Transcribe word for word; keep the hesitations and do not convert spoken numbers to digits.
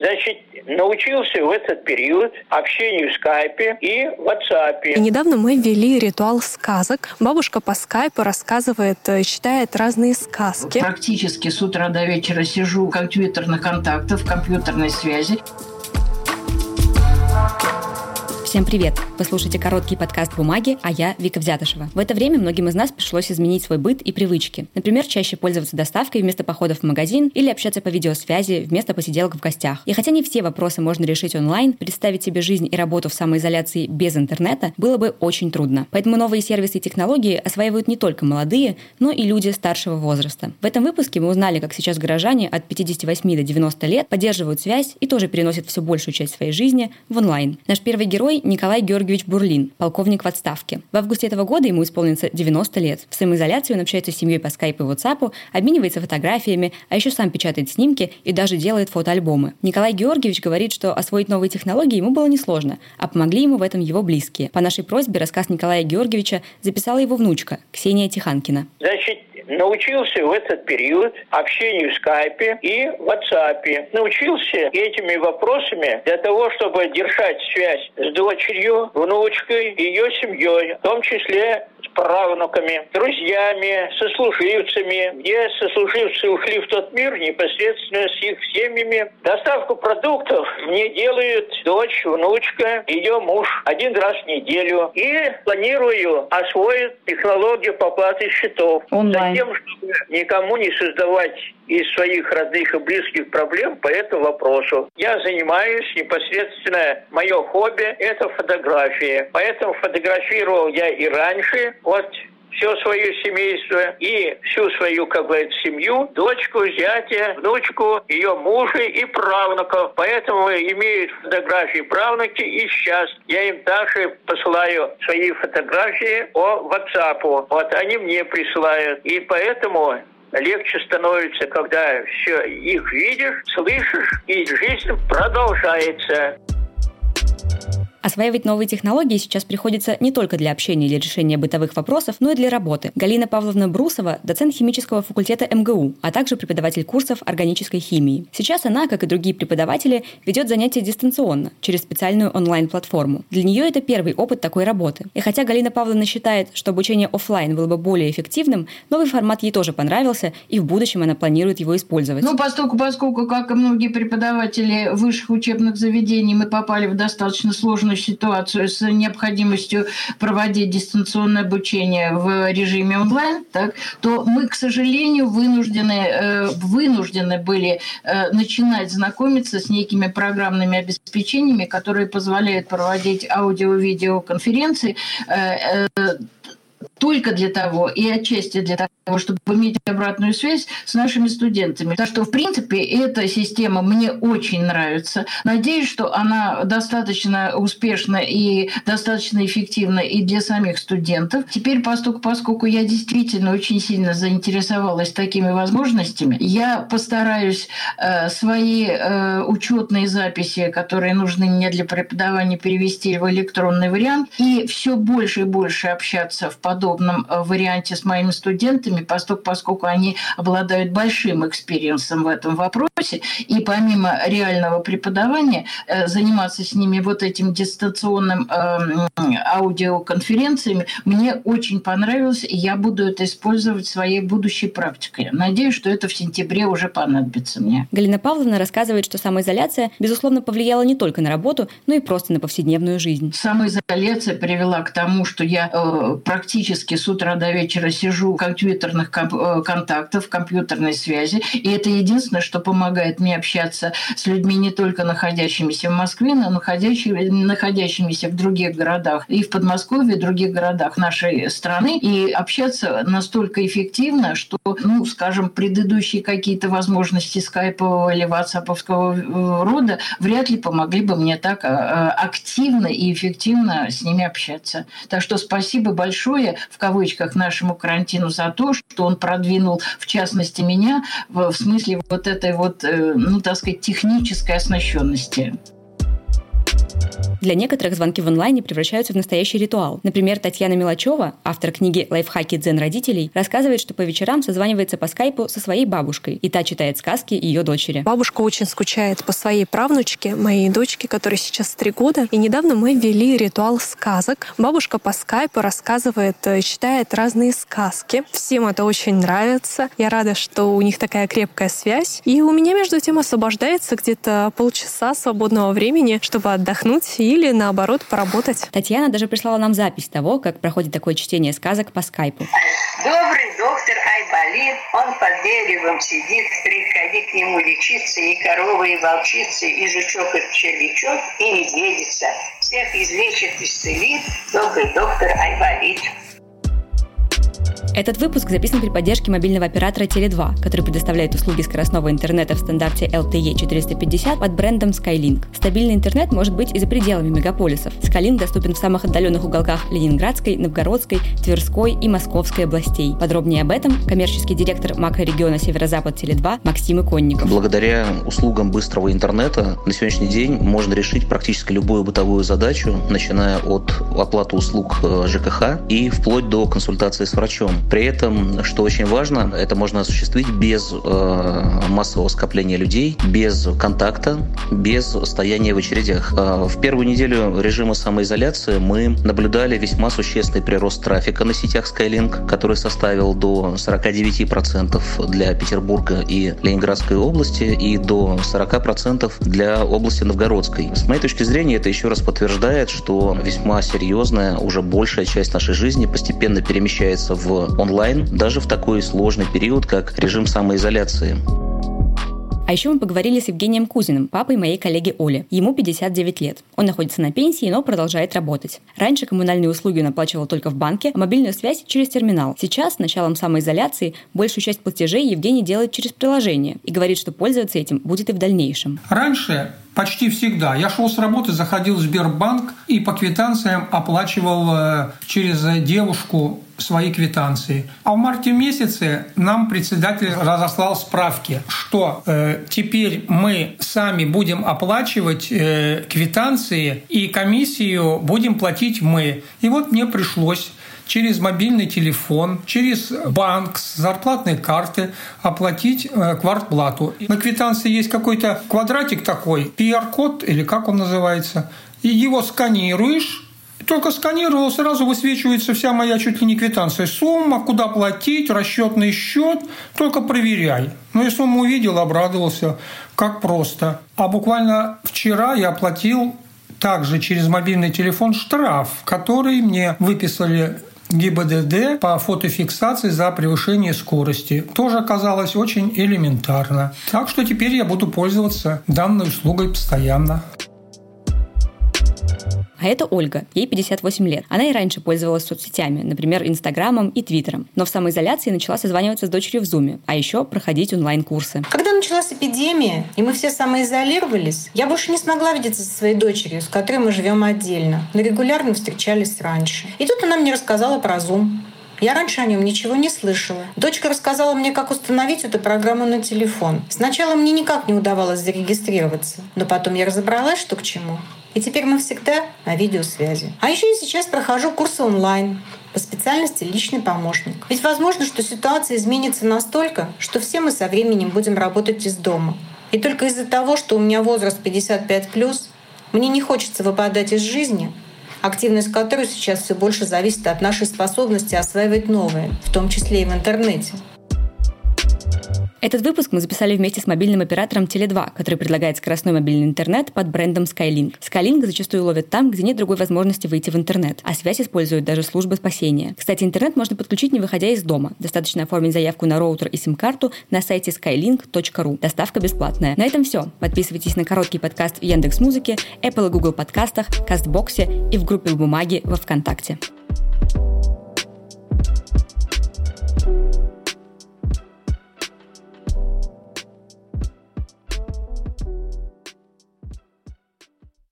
Значит, научился в этот период общению в скайпе и ватсапе. И недавно мы ввели ритуал сказок. Бабушка по скайпу рассказывает, читает разные сказки. Практически с утра до вечера сижу в компьютерных контактах, в компьютерной связи. Всем привет! Вы слушаете короткий подкаст «Бумаги», а я Вика Взятошева. В это время многим из нас пришлось изменить свой быт и привычки. Например, чаще пользоваться доставкой вместо походов в магазин или общаться по видеосвязи вместо посиделок в гостях. И хотя не все вопросы можно решить онлайн, представить себе жизнь и работу в самоизоляции без интернета было бы очень трудно. Поэтому новые сервисы и технологии осваивают не только молодые, но и люди старшего возраста. В этом выпуске мы узнали, как сейчас горожане от пятидесяти восьми до девяноста лет поддерживают связь и тоже переносят все большую часть своей жизни в онлайн. Наш первый герой – Николай Георгиевич Бурлин, полковник в отставке. В августе этого года ему исполнится девяносто лет. В самоизоляции он общается с семьей по скайпу и ватсапу, обменивается фотографиями, а еще сам печатает снимки и даже делает фотоальбомы. Николай Георгиевич говорит, что освоить новые технологии ему было несложно, а помогли ему в этом его близкие. По нашей просьбе рассказ Николая Георгиевича записала его внучка Ксения Тиханкина. Значит, научился в этот период общению в скайпе и ватсапе. Научился этими вопросами для того, чтобы держать связь с дочерью, внучкой, ее семьей, в том числе с правнуками, друзьями, сослуживцами, где сослуживцы ушли в тот мир непосредственно с их семьями. Доставку продуктов мне делают дочь, внучка, ее муж один раз в неделю. И планирую освоить технологию по оплате счетов. Онлайн. Затем, чтобы никому не создавать из своих родных и близких проблем по этому вопросу. Я занимаюсь непосредственно, мое хобби – это фотография. Поэтому фотографировал я и раньше, вот, все свое семейство и всю свою, как говорится, семью, дочку, зятя, внучку, ее мужа и правнуков. Поэтому имеют фотографии правнуки, и сейчас я им также посылаю свои фотографии по ватсапу. Вот они мне присылают. И поэтому легче становится, когда все их видишь, слышишь, и жизнь продолжается. Осваивать новые технологии сейчас приходится не только для общения или решения бытовых вопросов, но и для работы. Галина Павловна Брусова – доцент химического факультета эм гэ у, а также преподаватель курсов органической химии. Сейчас она, как и другие преподаватели, ведет занятия дистанционно, через специальную онлайн-платформу. Для нее это первый опыт такой работы. И хотя Галина Павловна считает, что обучение офлайн было бы более эффективным, новый формат ей тоже понравился, и в будущем она планирует его использовать. Ну, поскольку, поскольку, как и многие преподаватели высших учебных заведений, мы попали в достаточно сложную ситуацию с необходимостью проводить дистанционное обучение в режиме онлайн, так, то мы, к сожалению, вынуждены, э, вынуждены были э, начинать знакомиться с некими программными обеспечениями, которые позволяют проводить аудио-видеоконференции э, э, только для того и отчасти для того, чтобы иметь обратную связь с нашими студентами. Так что, в принципе, эта система мне очень нравится. Надеюсь, что она достаточно успешна и достаточно эффективна и для самих студентов. Теперь, поскольку, поскольку я действительно очень сильно заинтересовалась такими возможностями, я постараюсь э, свои э, учетные записи, которые нужны мне для преподавания, перевести в электронный вариант и все больше и больше общаться в подобном варианте с моими студентами, поскольку, поскольку они обладают большим экспириенсом в этом вопросе, и помимо реального преподавания заниматься с ними вот этим дистанционным э, аудиоконференциями мне очень понравилось, и я буду это использовать в своей будущей практике. Надеюсь, что это в сентябре уже понадобится мне. Галина Павловна рассказывает, что самоизоляция, безусловно, повлияла не только на работу, но и просто на повседневную жизнь. Самоизоляция привела к тому, что я э, практически с утра до вечера сижу в компьютерных комп- контактах, в компьютерной связи, и это единственное, что помогает мне общаться с людьми, не только находящимися в Москве, но находящими, находящимися в других городах, и в Подмосковье, и в других городах нашей страны, и общаться настолько эффективно, что, ну, скажем, предыдущие какие-то возможности скайпового или ватсаповского рода вряд ли помогли бы мне так активно и эффективно с ними общаться. Так что спасибо большое, в кавычках, нашему карантину за то, что он продвинул, в частности, меня в смысле вот этой вот, ну, так сказать, технической оснащенности. Для некоторых звонки в онлайне превращаются в настоящий ритуал. Например, Татьяна Мелачева, автор книги «Лайфхаки дзен-родителей», рассказывает, что по вечерам созванивается по скайпу со своей бабушкой, и та читает сказки ее дочери. Бабушка очень скучает по своей правнучке, моей дочке, которой сейчас три года. И недавно мы ввели ритуал сказок. Бабушка по скайпу рассказывает, читает разные сказки. Всем это очень нравится. Я рада, что у них такая крепкая связь. И у меня, между тем, освобождается где-то полчаса свободного времени, чтобы отдохнуть или, наоборот, поработать. Татьяна даже прислала нам запись того, как проходит такое чтение сказок по скайпу. Добрый доктор Айболит, он под деревом сидит, приходи к нему лечиться, и корова, и волчица, и жучок, и червячок, и медведица. Всех излечит, исцелит добрый доктор Айболит. Этот выпуск записан при поддержке мобильного оператора теле два, который предоставляет услуги скоростного интернета в стандарте эл ти и четыреста пятьдесят под брендом Skylink. Стабильный интернет может быть и за пределами мегаполисов. Skylink доступен в самых отдаленных уголках Ленинградской, Новгородской, Тверской и Московской областей. Подробнее об этом коммерческий директор макрорегиона Северо-Запад теле два Максим Иконников. Благодаря услугам быстрого интернета на сегодняшний день можно решить практически любую бытовую задачу, начиная от оплаты услуг ЖКХ и вплоть до консультации с врачом. При этом, что очень важно, это можно осуществить без э, массового скопления людей, без контакта, без стояния в очередях. Э, в первую неделю режима самоизоляции мы наблюдали весьма существенный прирост трафика на сетях Skylink, который составил до сорок девять процентов для Петербурга и Ленинградской области и до сорок процентов для области Новгородской. С моей точки зрения, это еще раз подтверждает, что весьма серьезная, уже большая часть нашей жизни постепенно перемещается в онлайн, даже в такой сложный период, как режим самоизоляции. А еще мы поговорили с Евгением Кузиным, папой моей коллеги Оли. Ему пятьдесят девять лет. Он находится на пенсии, но продолжает работать. Раньше коммунальные услуги он оплачивал только в банке, а мобильную связь через терминал. Сейчас, с началом самоизоляции, большую часть платежей Евгений делает через приложение и говорит, что пользоваться этим будет и в дальнейшем. Раньше почти всегда я шел с работы, заходил в Сбербанк и по квитанциям оплачивал через девушку свои квитанции. А в марте месяце нам председатель разослал справки, что э, теперь мы сами будем оплачивать э, квитанции и комиссию будем платить мы. И вот мне пришлось через мобильный телефон, через банк с зарплатной карты оплатить э, квартплату. На квитанции есть какой-то квадратик такой, пи ар-код или как он называется, и его сканируешь. Только сканировал, сразу высвечивается вся моя чуть ли не квитанция. Сумма, куда платить, расчетный счет, только проверяй. Ну, я сумму увидел, обрадовался, как просто. А буквально вчера я оплатил также через мобильный телефон штраф, который мне выписали ГИБДД по фотофиксации за превышение скорости. Тоже оказалось очень элементарно. Так что теперь я буду пользоваться данной услугой постоянно. А это Ольга, ей пятьдесят восемь лет. Она и раньше пользовалась соцсетями, например, Инстаграмом и Твиттером. Но в самоизоляции начала созваниваться с дочерью в Зуме, а еще проходить онлайн-курсы. Когда началась эпидемия, и мы все самоизолировались, я больше не смогла видеться со своей дочерью, с которой мы живем отдельно, но регулярно встречались раньше. И тут она мне рассказала про Zoom. Я раньше о нем ничего не слышала. Дочка рассказала мне, как установить эту программу на телефон. Сначала мне никак не удавалось зарегистрироваться, но потом я разобралась, что к чему. И теперь мы всегда на видеосвязи. А еще я сейчас прохожу курсы онлайн по специальности «Личный помощник». Ведь возможно, что ситуация изменится настолько, что все мы со временем будем работать из дома. И только из-за того, что у меня возраст пятьдесят пять плюс, мне не хочется выпадать из жизни, активность которой сейчас все больше зависит от нашей способности осваивать новое, в том числе и в интернете. Этот выпуск мы записали вместе с мобильным оператором теле два, который предлагает скоростной мобильный интернет под брендом Skylink. Skylink зачастую ловят там, где нет другой возможности выйти в интернет, а связь используют даже службы спасения. Кстати, интернет можно подключить, не выходя из дома. Достаточно оформить заявку на роутер и сим-карту на сайте skylink точка ру. Доставка бесплатная. На этом все. Подписывайтесь на короткий подкаст в Яндекс.Музыке, Apple и Google подкастах, Кастбоксе и в группе Бумаги во ВКонтакте.